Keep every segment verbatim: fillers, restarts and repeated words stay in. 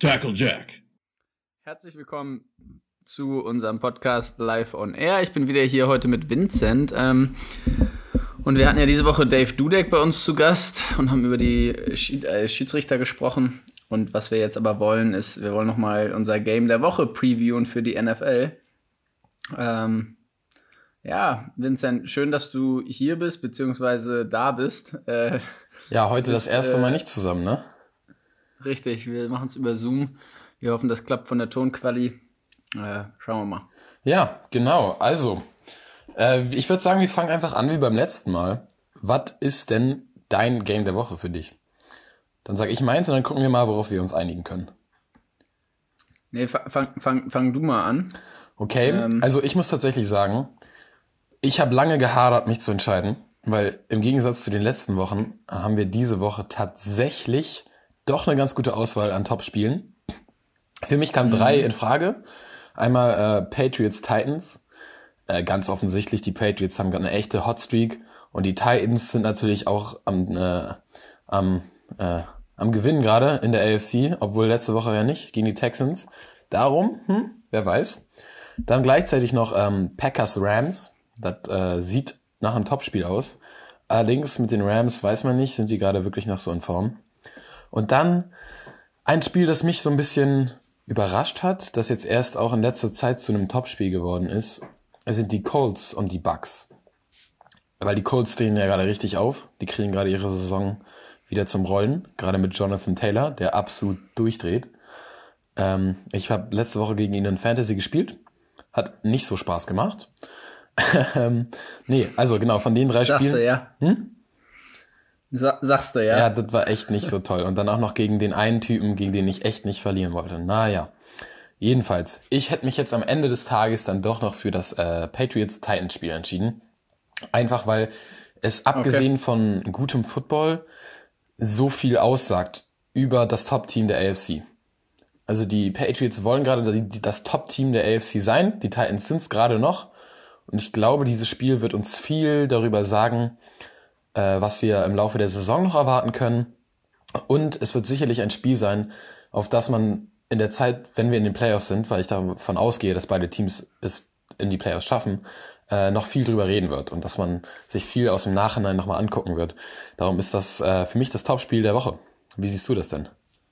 Tackle Jack. Herzlich willkommen zu unserem Podcast Live on Air. Ich bin wieder hier heute mit Vincent. Ähm, und wir hatten ja diese Woche Dave Dudek bei uns zu Gast und haben über die Schied- äh, Schiedsrichter gesprochen. Und was wir jetzt aber wollen, ist, wir wollen nochmal unser Game der Woche previewen für die N F L. Ähm, ja, Vincent, schön, dass du hier bist, beziehungsweise da bist. Äh, ja, heute bist, das erste Mal äh, nicht zusammen, ne? Richtig, wir machen es über Zoom. Wir hoffen, das klappt von der Tonquali. Äh, schauen wir mal. Ja, genau. Also, äh, ich würde sagen, wir fangen einfach an wie beim letzten Mal. Was ist denn dein Game der Woche für dich? Dann sage ich meins und dann gucken wir mal, worauf wir uns einigen können. Nee, fang, fang, fang du mal an. Okay, ähm, also ich muss tatsächlich sagen, ich habe lange gehadert, mich zu entscheiden, weil im Gegensatz zu den letzten Wochen haben wir diese Woche tatsächlich doch eine ganz gute Auswahl an Top-Spielen. Für mich kamen mhm. drei in Frage. Einmal äh, Patriots Titans. Äh, ganz offensichtlich, die Patriots haben gerade eine echte Hotstreak und die Titans sind natürlich auch am, äh, am, äh, am Gewinn gerade in der A F C, obwohl letzte Woche ja nicht, gegen die Texans. Darum, hm, wer weiß. Dann gleichzeitig noch ähm, Packers Rams. Das äh, sieht nach einem Topspiel aus. Allerdings mit den Rams weiß man nicht, sind die gerade wirklich noch so in Form. Und dann ein Spiel, das mich so ein bisschen überrascht hat, das jetzt erst auch in letzter Zeit zu einem Topspiel geworden ist, sind die Colts und die Bucks. Weil die Colts drehen ja gerade richtig auf. Die kriegen gerade ihre Saison wieder zum Rollen. Gerade mit Jonathan Taylor, der absolut durchdreht. Ähm, ich habe letzte Woche gegen ihn in Fantasy gespielt. Hat nicht so Spaß gemacht. ähm, nee, also genau, von den drei Sagst Spielen... Du, ja. Hm? Sa- sagst du, ja. Ja, das war echt nicht so toll. Und dann auch noch gegen den einen Typen, gegen den ich echt nicht verlieren wollte. Naja, jedenfalls. Ich hätte mich jetzt am Ende des Tages dann doch noch für das äh, Patriots-Titans-Spiel entschieden. Einfach, weil es abgesehen okay. von gutem Football so viel aussagt über das Top-Team der A F C. Also die Patriots wollen gerade das Top-Team der A F C sein. Die Titans sind es gerade noch. Und ich glaube, dieses Spiel wird uns viel darüber sagen, was wir im Laufe der Saison noch erwarten können. Und es wird sicherlich ein Spiel sein, auf das man in der Zeit, wenn wir in den Playoffs sind, weil ich davon ausgehe, dass beide Teams es in die Playoffs schaffen, noch viel drüber reden wird und dass man sich viel aus dem Nachhinein nochmal angucken wird. Darum ist das für mich das Topspiel der Woche. Wie siehst du das denn?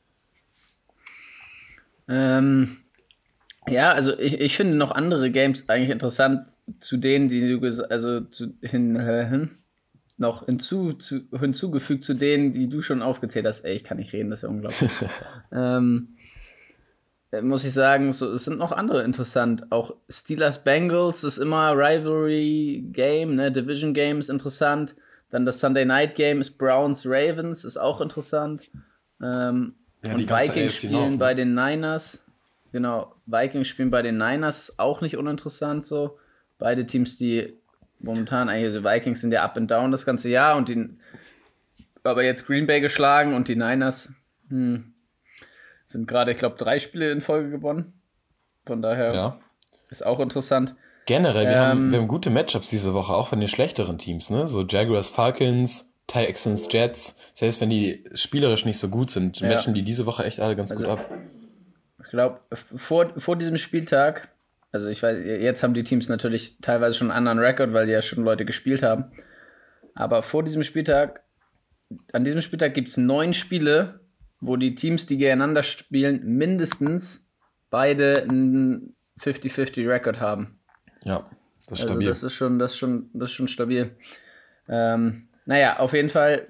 Ähm, ja, also ich, ich finde noch andere Games eigentlich interessant zu denen, die du gesagt also zu hin, äh, hin noch hinzu, zu, hinzugefügt zu denen, die du schon aufgezählt hast. Ey, ich kann nicht reden, das ist ja unglaublich. ähm, muss ich sagen, so, es sind noch andere interessant. Auch Steelers-Bengals ist immer Rivalry-Game, ne? Division-Game ist interessant. Dann das Sunday-Night-Game ist Browns-Ravens, ist auch interessant. Ähm, ja, und Vikings spielen noch, ne? bei den Niners. Genau, Vikings spielen bei den Niners, ist auch nicht uninteressant so. Beide Teams, die momentan eigentlich, die Vikings sind ja up and down das ganze Jahr und die, aber jetzt Green Bay geschlagen und die Niners hm, sind gerade, ich glaube, drei Spiele in Folge gewonnen. Von daher ja. ist auch interessant. Generell, wir, ähm, haben, wir haben gute Matchups diese Woche, auch von den schlechteren Teams, ne? So Jaguars, Falcons, Texans, Jets. Selbst wenn die spielerisch nicht so gut sind, ja. matchen die diese Woche echt alle ganz also, gut ab. Ich glaube, vor, vor diesem Spieltag, also ich weiß, jetzt haben die Teams natürlich teilweise schon einen anderen Rekord, weil die ja schon Leute gespielt haben. Aber vor diesem Spieltag, an diesem Spieltag gibt es neun Spiele, wo die Teams, die gegeneinander spielen, mindestens beide einen fünfzig fünfzig Rekord haben. Ja, das ist also stabil. Das ist schon, das ist schon, das ist schon stabil. Ähm, naja, auf jeden Fall,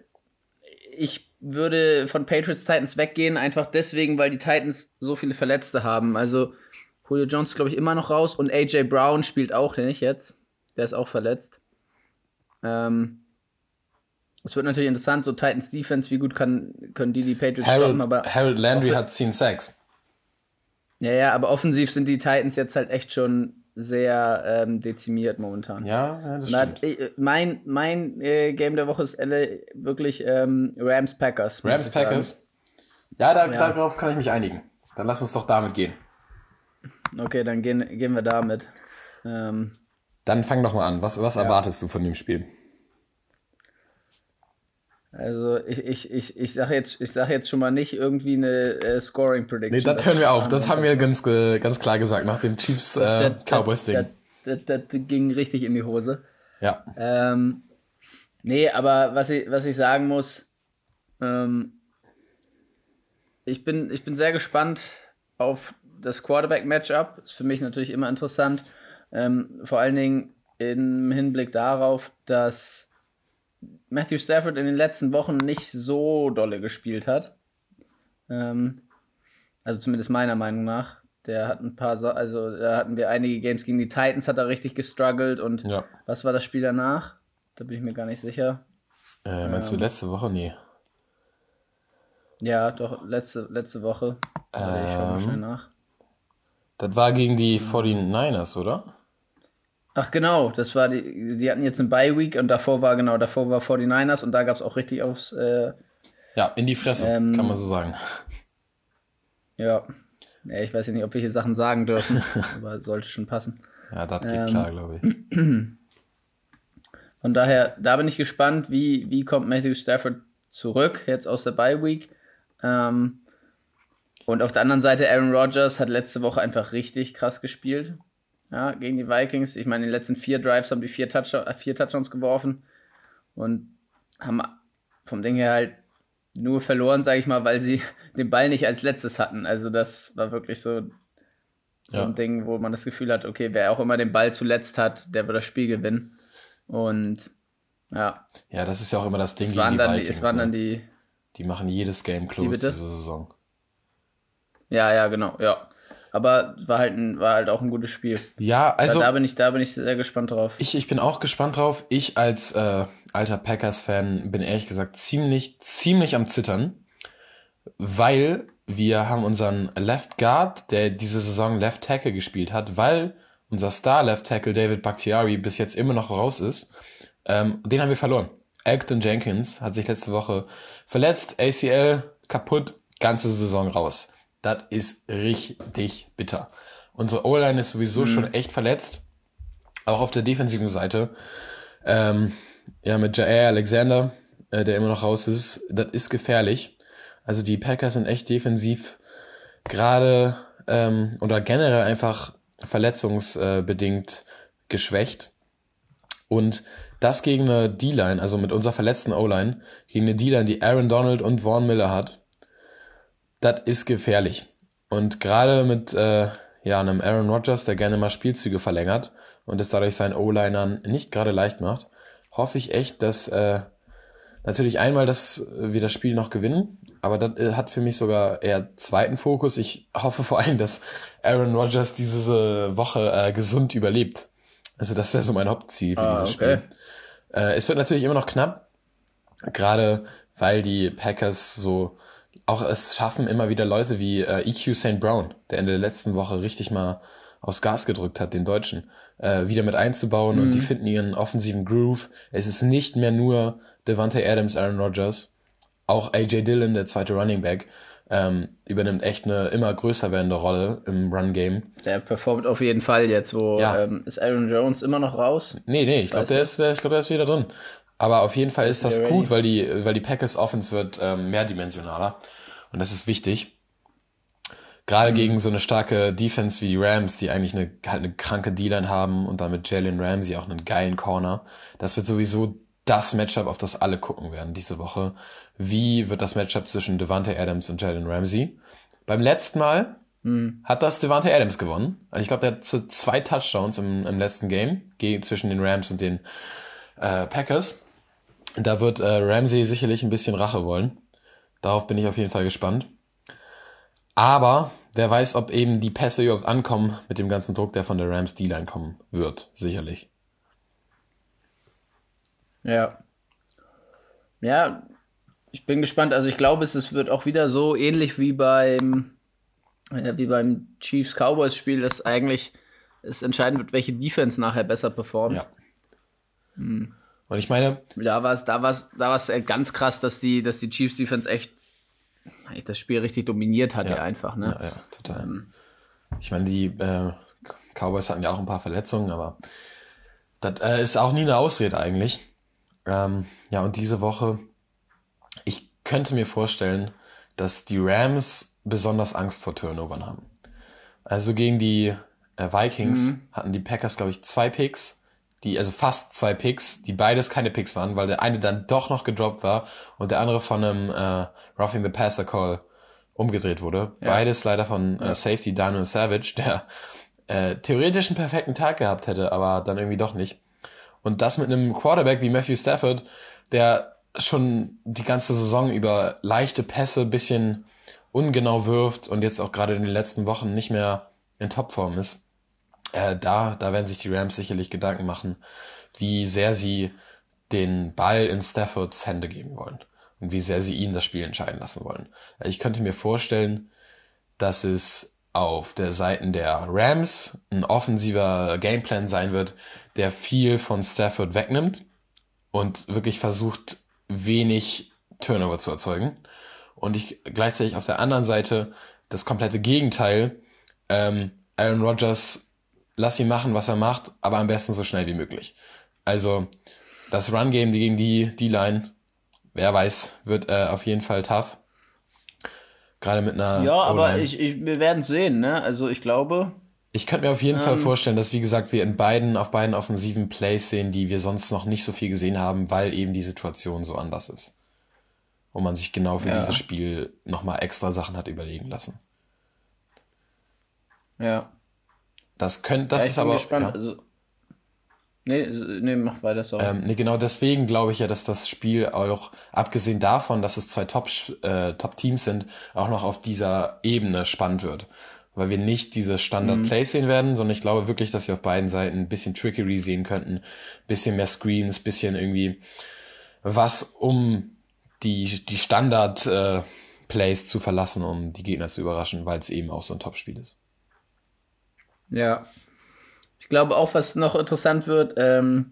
ich würde von Patriots Titans weggehen, einfach deswegen, weil die Titans so viele Verletzte haben. Also Julio Jones ist, glaube ich, immer noch raus und A J Brown spielt auch nicht jetzt. Der ist auch verletzt. Ähm, es wird natürlich interessant, so Titans Defense, wie gut kann, können die die Patriots Harold, stoppen. Aber Harold Landry hat zehn Sacks. Ja, ja, aber offensiv sind die Titans jetzt halt echt schon sehr ähm, dezimiert momentan. Ja, ja das und stimmt. Hat, äh, mein mein äh, Game der Woche ist L A wirklich ähm, Rams Packers. Rams Packers? Ja, da, ja, darauf kann ich mich einigen. Dann lass uns doch damit gehen. Okay, dann gehen, gehen wir damit. Ähm, dann fang doch mal an. Was, was ja. erwartest du von dem Spiel? Also ich, ich, ich, ich sage jetzt, ich sag jetzt schon mal nicht irgendwie eine äh, Scoring Prediction. Nee, das hören wir auf. Das haben wir ganz, ganz klar gesagt nach dem Chiefs äh, Cowboys-Ding. Das, das, das ging richtig in die Hose. Ja. Ähm, nee, aber was ich, was ich sagen muss, ähm, ich, bin, ich bin sehr gespannt auf das Quarterback-Matchup. Ist für mich natürlich immer interessant. Ähm, vor allen Dingen im Hinblick darauf, dass Matthew Stafford in den letzten Wochen nicht so dolle gespielt hat. Ähm, also zumindest meiner Meinung nach. Der hat ein paar, Sa- also da hatten wir einige Games gegen die Titans, hat er richtig gestruggelt. Und Ja. was war das Spiel danach? Da bin ich mir gar nicht sicher. Äh, meinst du letzte Woche? Nee. Ja, doch, letzte, letzte Woche. Warte, ich schau mal Ähm, schnell nach. Das war gegen die forty-niners, oder? Ach genau, das war die, die hatten jetzt eine Bye-Week und davor war, genau, davor war forty-niners und da gab es auch richtig aufs, äh, Ja, in die Fresse, Ähm, kann man so sagen. ja. ja, ich weiß ja nicht, ob wir hier Sachen sagen dürfen, aber sollte schon passen. Ja, das geht Ähm, klar, glaube ich. Von daher, da bin ich gespannt, wie, wie kommt Matthew Stafford zurück, jetzt aus der Bye-Week. Ähm, und auf der anderen Seite, Aaron Rodgers hat letzte Woche einfach richtig krass gespielt. Ja, gegen die Vikings. Ich meine, in den letzten vier Drives haben die vier, Touchdown, äh, vier Touchdowns geworfen und haben vom Ding her halt nur verloren, sage ich mal, weil sie den Ball nicht als letztes hatten. Also das war wirklich so, so Ja. ein Ding, wo man das Gefühl hat, okay, wer auch immer den Ball zuletzt hat, der wird das Spiel gewinnen. Und ja, Ja, das ist ja auch immer das Ding es gegen waren, die dann, die, Vikings. es waren dann ne? die, Die machen jedes Game Wie close bitte? diese Saison. ja, ja, genau, ja. Aber war halt, ein, war halt auch ein gutes Spiel. Ja, also da, da, bin ich, da bin ich sehr gespannt drauf. ich, ich bin auch gespannt drauf. Ich als äh, alter Packers-Fan bin ehrlich gesagt ziemlich, ziemlich am Zittern, weil wir haben unseren Left Guard, der diese Saison Left Tackle gespielt hat, weil unser Star Left Tackle David Bakhtiari bis jetzt immer noch raus ist, ähm, den haben wir verloren. Elgton Jenkins hat sich letzte Woche verletzt, A C L kaputt, ganze Saison raus. Das ist richtig bitter. Unsere O-Line ist sowieso schon echt verletzt, auch auf der defensiven Seite. Ähm, ja, mit Jair Alexander, äh, der immer noch raus ist, das ist gefährlich. Also die Packers sind echt defensiv gerade ähm, oder generell einfach verletzungsbedingt geschwächt. Und das gegen eine D-Line, also mit unserer verletzten O-Line, gegen eine D-Line, die Aaron Donald und Vaughn Miller hat, das ist gefährlich. Und gerade mit äh, ja, einem Aaron Rodgers, der gerne mal Spielzüge verlängert und es dadurch seinen O-Linern nicht gerade leicht macht, hoffe ich echt, dass äh, natürlich einmal, dass wir das Spiel noch gewinnen, aber das äh, hat für mich sogar eher zweiten Fokus. Ich hoffe vor allem, dass Aaron Rodgers diese Woche äh, gesund überlebt. Also das wäre so mein Hauptziel für Ah, dieses okay. Spiel. Äh, es wird natürlich immer noch knapp, gerade weil die Packers so auch es schaffen, immer wieder Leute wie äh, E Q Saint Brown, der in der letzten Woche richtig mal aufs Gas gedrückt hat, den Deutschen, äh, wieder mit einzubauen und die finden ihren offensiven Groove. Es ist nicht mehr nur Davante Adams, Aaron Rodgers, auch A J Dillon, der zweite Running Back, ähm, übernimmt echt eine immer größer werdende Rolle im Run-Game. Der performt auf jeden Fall jetzt, wo Ja. ähm, ist Aaron Jones immer noch raus? Nee, nee, ich glaube, Weißt der du? ist, der, ich glaube, der ist wieder drin. Aber auf jeden Fall ist das wieder gut, ready? weil die, weil die Packers Offense wird ähm, mehrdimensionaler. Und das ist wichtig. Gerade gegen so eine starke Defense wie die Rams, die eigentlich eine, halt eine kranke D-Line haben und dann mit Jalen Ramsey auch einen geilen Corner. Das wird sowieso das Matchup, auf das alle gucken werden diese Woche. Wie wird das Matchup zwischen Davante Adams und Jalen Ramsey? Beim letzten Mal hat das Davante Adams gewonnen. Also ich glaube, der hat zu zwei Touchdowns im, im letzten Game gegen, zwischen den Rams und den äh, Packers. Da wird äh, Ramsey sicherlich ein bisschen Rache wollen. Darauf bin ich auf jeden Fall gespannt. Aber wer weiß, ob eben die Pässe überhaupt ankommen mit dem ganzen Druck, der von der Rams D-Line kommen wird. Sicherlich. Ja. Ja, ich bin gespannt. Also ich glaube, es, es wird auch wieder so ähnlich wie beim äh, wie beim Chiefs-Cowboys-Spiel, dass eigentlich es entscheidend wird, welche Defense nachher besser performt. Ja. Und ich meine, Da war es da war's, da war's äh, ganz krass, dass die, dass die Chiefs-Defense echt eigentlich das Spiel richtig dominiert hat, ja, Ja. einfach. Ne? ja, ja, total. Ich meine, die äh, Cowboys hatten ja auch ein paar Verletzungen, aber das äh, ist auch nie eine Ausrede eigentlich. Ähm, ja, und diese Woche könnte mir vorstellen, dass die Rams besonders Angst vor Turnovern haben. Also gegen die äh, Vikings mhm. hatten die Packers, glaube ich, zwei Picks, die, also fast zwei Picks, die beides keine Picks waren, weil der eine dann doch noch gedroppt war und der andere von einem äh, Roughing the Passer Call umgedreht wurde. Ja. Beides leider von ja. äh, Safety Daniel Savage, der äh, theoretisch einen perfekten Tag gehabt hätte, aber dann irgendwie doch nicht. Und das mit einem Quarterback wie Matthew Stafford, der schon die ganze Saison über leichte Pässe, bisschen ungenau wirft und jetzt auch gerade in den letzten Wochen nicht mehr in Topform ist. Äh, da, da werden sich die Rams sicherlich Gedanken machen, wie sehr sie den Ball in Staffords Hände geben wollen und wie sehr sie ihn das Spiel entscheiden lassen wollen. Ich könnte mir vorstellen, dass es auf der Seite der Rams ein offensiver Gameplan sein wird, der viel von Stafford wegnimmt und wirklich versucht, wenig Turnover zu erzeugen. Und ich gleichzeitig auf der anderen Seite das komplette Gegenteil. Ähm, Aaron Rodgers, lass ihn machen, was er macht, aber am besten so schnell wie möglich. Also das Run-Game gegen die D-Line, wer weiß, wird äh, auf jeden Fall tough. Gerade mit einer Ja, aber ich, ich, wir werden es sehen, ne? Also ich glaube... Ich könnte mir auf jeden ähm, Fall vorstellen, dass, wie gesagt, wir in beiden, auf beiden offensiven Plays sehen, die wir sonst noch nicht so viel gesehen haben, weil eben die Situation so anders ist. Und man sich genau für ja. dieses Spiel nochmal extra Sachen hat überlegen lassen. Ja. Das könnte, das ja, ist aber... Gespannt. Ja. Also, nee, nee, mach weiter, sorry. Ähm, nee, genau deswegen glaube ich ja, dass das Spiel auch, abgesehen davon, dass es zwei Top, äh, Top-Teams sind, auch noch auf dieser Ebene spannend wird. Weil wir nicht diese Standard-Plays mhm. sehen werden, sondern ich glaube wirklich, dass wir auf beiden Seiten ein bisschen Trickery sehen könnten, bisschen mehr Screens, bisschen irgendwie was, um die die Standard-Plays äh, zu verlassen, um die Gegner zu überraschen, weil es eben auch so ein Top-Spiel ist. Ja, ich glaube auch, was noch interessant wird, ähm,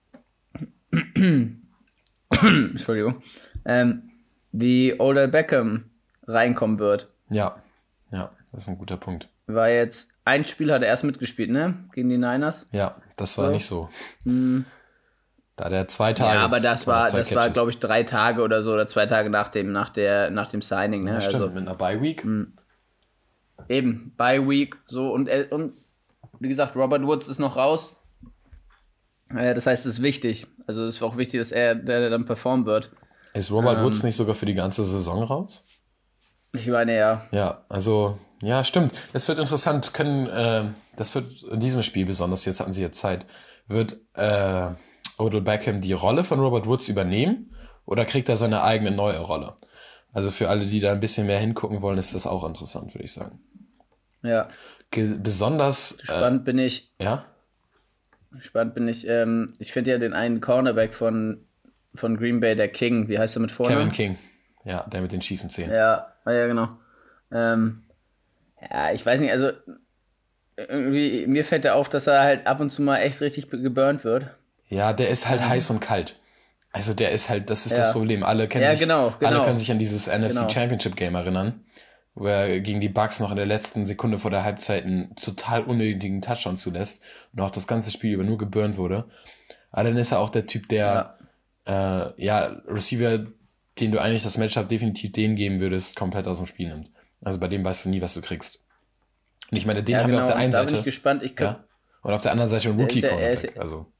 Entschuldigung, ähm, wie Odell Beckham reinkommen wird. Ja, ja. Das ist ein guter Punkt. War jetzt, ein Spiel hat er erst mitgespielt, ne? Gegen die Niners. Ja, das war so. nicht so. Hm. Da der zwei Tage. Ja, aber das war, das war, glaube ich, drei Tage oder so, oder zwei Tage nach dem, nach der, nach dem Signing, ne? Ja, stimmt, also, mit einer Bye-Week. Mh. Eben, Bye-Week, so, und, und wie gesagt, Robert Woods ist noch raus. Äh, das heißt, es ist wichtig. Also es ist auch wichtig, dass er, der dann performen wird. Ist Robert ähm, Woods nicht sogar für die ganze Saison raus? Ich meine, ja. Ja, also, ja, stimmt. Es wird interessant, können, äh, das wird in diesem Spiel besonders, jetzt hatten sie jetzt Zeit, wird äh, Odell Beckham die Rolle von Robert Woods übernehmen oder kriegt er seine eigene neue Rolle? Also für alle, die da ein bisschen mehr hingucken wollen, ist das auch interessant, würde ich sagen. Ja. Ge- besonders... Gespannt äh, bin ich. Ja? Gespannt bin ich. Ähm, ich finde ja den einen Cornerback von, von Green Bay, der King, wie heißt er mit Vornamen? Kevin King. Ja, der mit den schiefen Zähnen. Ja, ja, genau. Ähm, ja, ich weiß nicht, also irgendwie, mir fällt da auf, dass er halt ab und zu mal echt richtig geburnt wird. Ja, der ist halt ähm. heiß und kalt. Also der ist halt, das ist ja. das Problem. Alle kennen ja, sich, genau, genau. alle können sich an dieses N F C genau. Championship Game erinnern, wo er gegen die Bucks noch in der letzten Sekunde vor der Halbzeit einen total unnötigen Touchdown zulässt und auch das ganze Spiel über nur geburnt wurde. Aber dann ist er auch der Typ, der ja, äh, ja Receiver, den du eigentlich das Matchup definitiv den geben würdest, komplett aus dem Spiel nimmt. Also bei dem weißt du nie, was du kriegst. Und ich meine, den ja, haben genau, wir auf der einen da Seite. Bin ich gespannt. Ich ja, und auf der anderen Seite ein Rookie-Cornerback. Ja, also.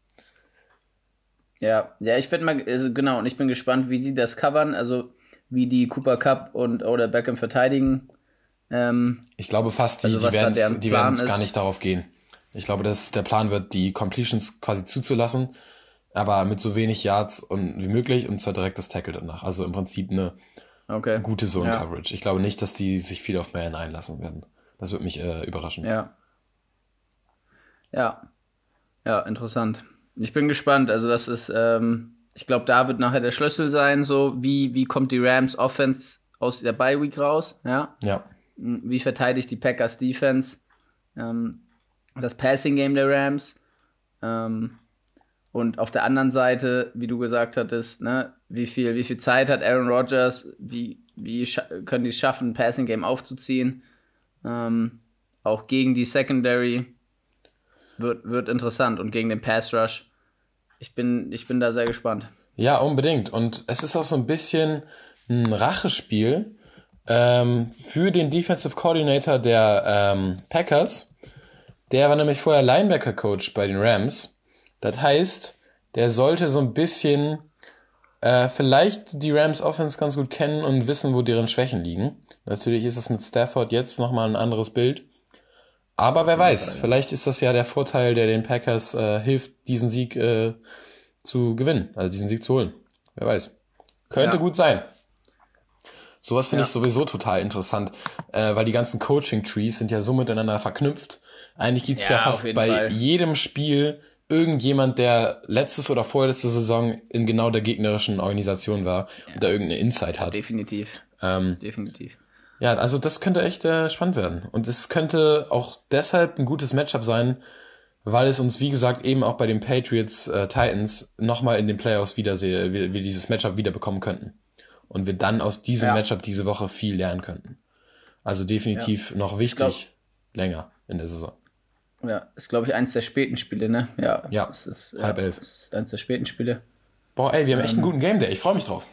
ja, ja, ich werde mal, also genau, und ich bin gespannt, wie die das covern, also wie die Cooper Kupp und Odell Beckham verteidigen. Ähm, ich glaube fast, die, also die werden die werden gar nicht darauf gehen. Ich glaube, dass der Plan wird, die Completions quasi zuzulassen, aber mit so wenig Yards und wie möglich und zwar direkt das Tackle danach. Also im Prinzip eine okay. gute Zone-Coverage. Ja. Ich glaube nicht, dass die sich viel auf Man einlassen werden. Das wird mich äh, überraschen. Ja. Ja. Ja, interessant. Ich bin gespannt. Also das ist, ähm, ich glaube, da wird nachher der Schlüssel sein, so wie, wie kommt die Rams Offense aus der Bye-Week raus, ja? Ja. Wie verteidigt die Packers Defense ähm, das Passing-Game der Rams? Ähm, und auf der anderen Seite, wie du gesagt hattest, ne, wie viel, wie viel Zeit hat Aaron Rodgers, wie, wie scha- können die es schaffen, ein Passing-Game aufzuziehen? Ähm, auch gegen die Secondary wird, wird interessant und gegen den Pass-Rush. Ich bin, ich bin da sehr gespannt. Ja, unbedingt. Und es ist auch so ein bisschen ein Rachespiel ähm, für den Defensive Coordinator der ähm, Packers. Der war nämlich vorher Linebacker-Coach bei den Rams. Das heißt, der sollte so ein bisschen äh, vielleicht die Rams Offense ganz gut kennen und wissen, wo deren Schwächen liegen. Natürlich ist es mit Stafford jetzt nochmal ein anderes Bild. Aber wer weiß, vielleicht ist das ja der Vorteil, der den Packers äh, hilft, diesen Sieg äh, zu gewinnen, also diesen Sieg zu holen. Wer weiß. Könnte Ja. gut sein. Sowas finde Ja. ich sowieso total interessant, äh, weil die ganzen Coaching-Trees sind ja so miteinander verknüpft. Eigentlich gibt's ja, Ja, auf fast jeden bei Fall. jedem Spiel irgendjemand, der letztes oder vorletzte Saison in genau der gegnerischen Organisation war und da irgendeine Insight hat. Definitiv. Ähm, Definitiv. ja, also das könnte echt äh, spannend werden. Und es könnte auch deshalb ein gutes Matchup sein, weil es uns, wie gesagt, eben auch bei den Patriots äh, Titans nochmal in den Playoffs wiedersehe, wir, wir dieses Matchup wieder bekommen könnten. Und wir dann aus diesem Ja. Matchup diese Woche viel lernen könnten. Also definitiv noch wichtig, länger in der Saison. Ja, ist, glaube ich, eins der späten Spiele, ne? Ja. Ja, es ist, halb ja, elf. ist eins der späten Spiele. Boah, ey, wir haben echt einen guten Game Day. Ich freue mich drauf.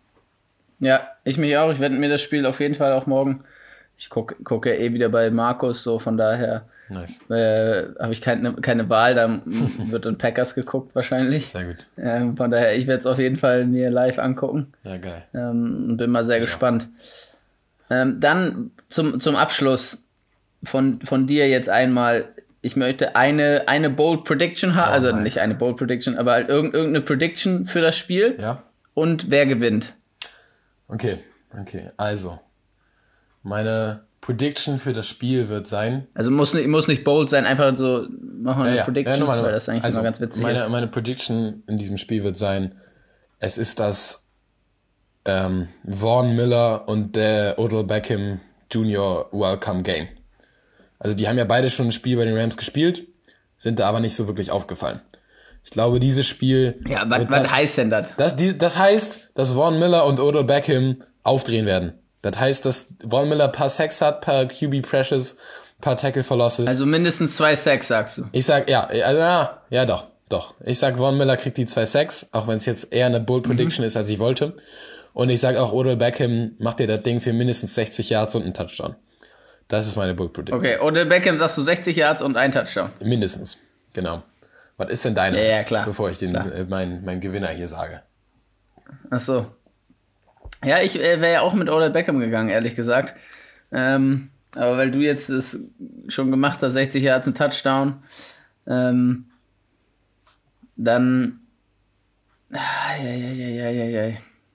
Ja, ich mich auch. Ich werde mir das Spiel auf jeden Fall auch morgen. Ich gucke guck ja eh wieder bei Markus, so von daher Nice. äh, habe ich keine, keine Wahl. Da m- wird dann Packers geguckt wahrscheinlich. Sehr gut. Ähm, von daher, ich werde es auf jeden Fall mir live angucken. Ja, geil. Ähm, und bin mal sehr gespannt. Ähm, dann zum, zum Abschluss von, von dir jetzt einmal. Ich möchte eine, eine Bold Prediction haben, Oh also nein. nicht eine Bold Prediction, aber halt irgend, irgendeine Prediction für das Spiel Ja? und wer gewinnt. Okay, okay. Also, meine Prediction für das Spiel wird sein. Also muss nicht, muss nicht bold sein, einfach so machen wir eine Ja, Prediction, nochmal, weil das eigentlich also, immer ganz witzig meine, ist. meine Prediction in diesem Spiel wird sein, es ist das ähm, Vaughn Miller und der Odell Beckham Junior Welcome Game. Also die haben ja beide schon ein Spiel bei den Rams gespielt, sind da aber nicht so wirklich aufgefallen. Ich glaube, dieses Spiel... Ja, was, wird was das, heißt denn das? das, die, das heißt, dass Vaughn Miller und Odell Beckham aufdrehen werden. Das heißt, dass Vaughn Miller ein paar Sacks hat, paar Q B Pressures, paar Tackle for Losses. Also mindestens zwei Sacks, sagst du. Ich sag, ja, also, ja, ja, doch, doch. Ich sag, Vaughn Miller kriegt die zwei Sacks, auch wenn es jetzt eher eine Bold Prediction ist, als ich wollte. Und ich sag auch, Odell Beckham macht dir das Ding für mindestens sechzig Yards und einen Touchdown. Das ist meine Bold Prediction. Okay, Odell Beckham sagst du sechzig Yards und ein Touchdown. Mindestens, genau. Was ist denn deine, Ja, ja, jetzt, klar. bevor ich den, Klar. äh, mein, mein Gewinner hier sage? Ach so. Ja, ich äh, wäre ja auch mit Odell Beckham gegangen, ehrlich gesagt. Ähm, aber weil du jetzt es schon gemacht hast, sechzig Yards, ein Touchdown, ähm, dann... Ah, ja, ja, ja, ja, ja, ja.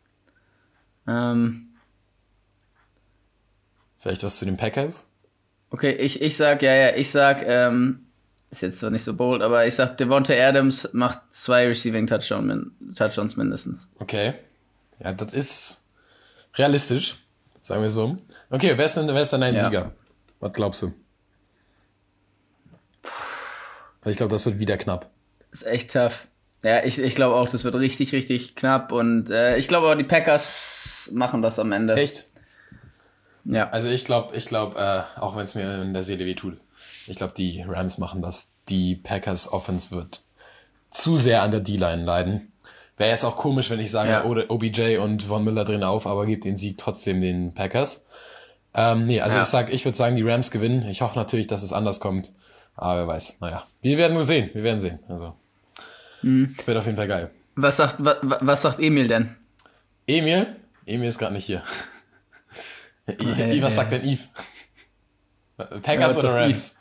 Ähm, Vielleicht was zu den Packers? okay, ich, ich sag, ja, ja, ich sag, ähm, ist jetzt zwar nicht so bold, aber ich sag, Devontae Adams macht zwei Receiving Touchdown, min, Touchdowns mindestens. Okay. Ja, das ist realistisch, sagen wir so. Okay, wer ist denn, wer ist denn dein Ja. Sieger? Was glaubst du? Also ich glaube, das wird wieder knapp. Ist echt tough. Ja, ich, ich glaube auch, das wird richtig, richtig knapp und äh, ich glaube auch, die Packers machen das am Ende. Echt? Ja. Also ich glaube, ich glaube, äh, auch wenn es mir in der Seele weh tut, ich glaube, die Rams machen das. Die Packers Offense wird zu sehr an der D-Line leiden. Wäre jetzt auch komisch, wenn ich sage, Ja. oder O B J und Von Miller drehen auf, aber gibt den Sieg trotzdem den Packers. Ähm, nee, also Ja. ich sag, ich würde sagen, die Rams gewinnen. Ich hoffe natürlich, dass es anders kommt. Aber wer weiß, naja. Wir werden nur sehen, wir werden sehen. Also, Mhm. wird auf jeden Fall geil. Was sagt, wa, wa- was sagt Emil denn? Emil? Emil ist gerade nicht hier. I, Hey, I, was hey. sagt denn Eve? Ja, Packers was oder sagt Rams?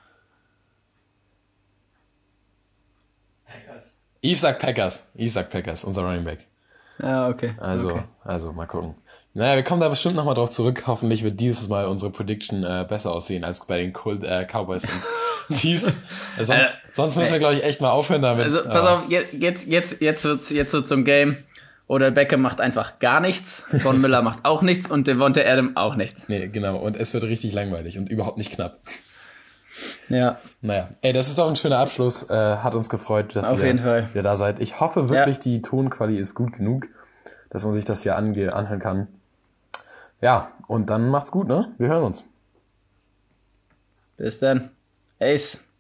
Eve sagt Packers. Eve sagt Packers, unser Running Back. Ja, okay. Also, okay. also mal gucken. Naja, wir kommen da bestimmt nochmal drauf zurück. Hoffentlich wird dieses Mal unsere Prediction äh, besser aussehen als bei den Cold, äh, Cowboys und Chiefs. Äh, sonst, sonst müssen wir, glaube ich, echt mal aufhören damit. Also, pass Aber- auf, je- jetzt, jetzt, jetzt wird's, jetzt wird's zum Game. Oder Beckham macht einfach gar nichts, Von Miller macht auch nichts und Devontae Adam auch nichts. Nee, genau. Und es wird richtig langweilig und überhaupt nicht knapp. Ja, Naja, ey, das ist doch ein schöner Abschluss. Äh, hat uns gefreut, dass Auf ihr jeden Fall. wieder da seid. Ich hoffe wirklich, Ja. die Tonqualität ist gut genug, dass man sich das hier ange anhören kann. Ja, und dann macht's gut, ne? Wir hören uns. bis dann. Ace.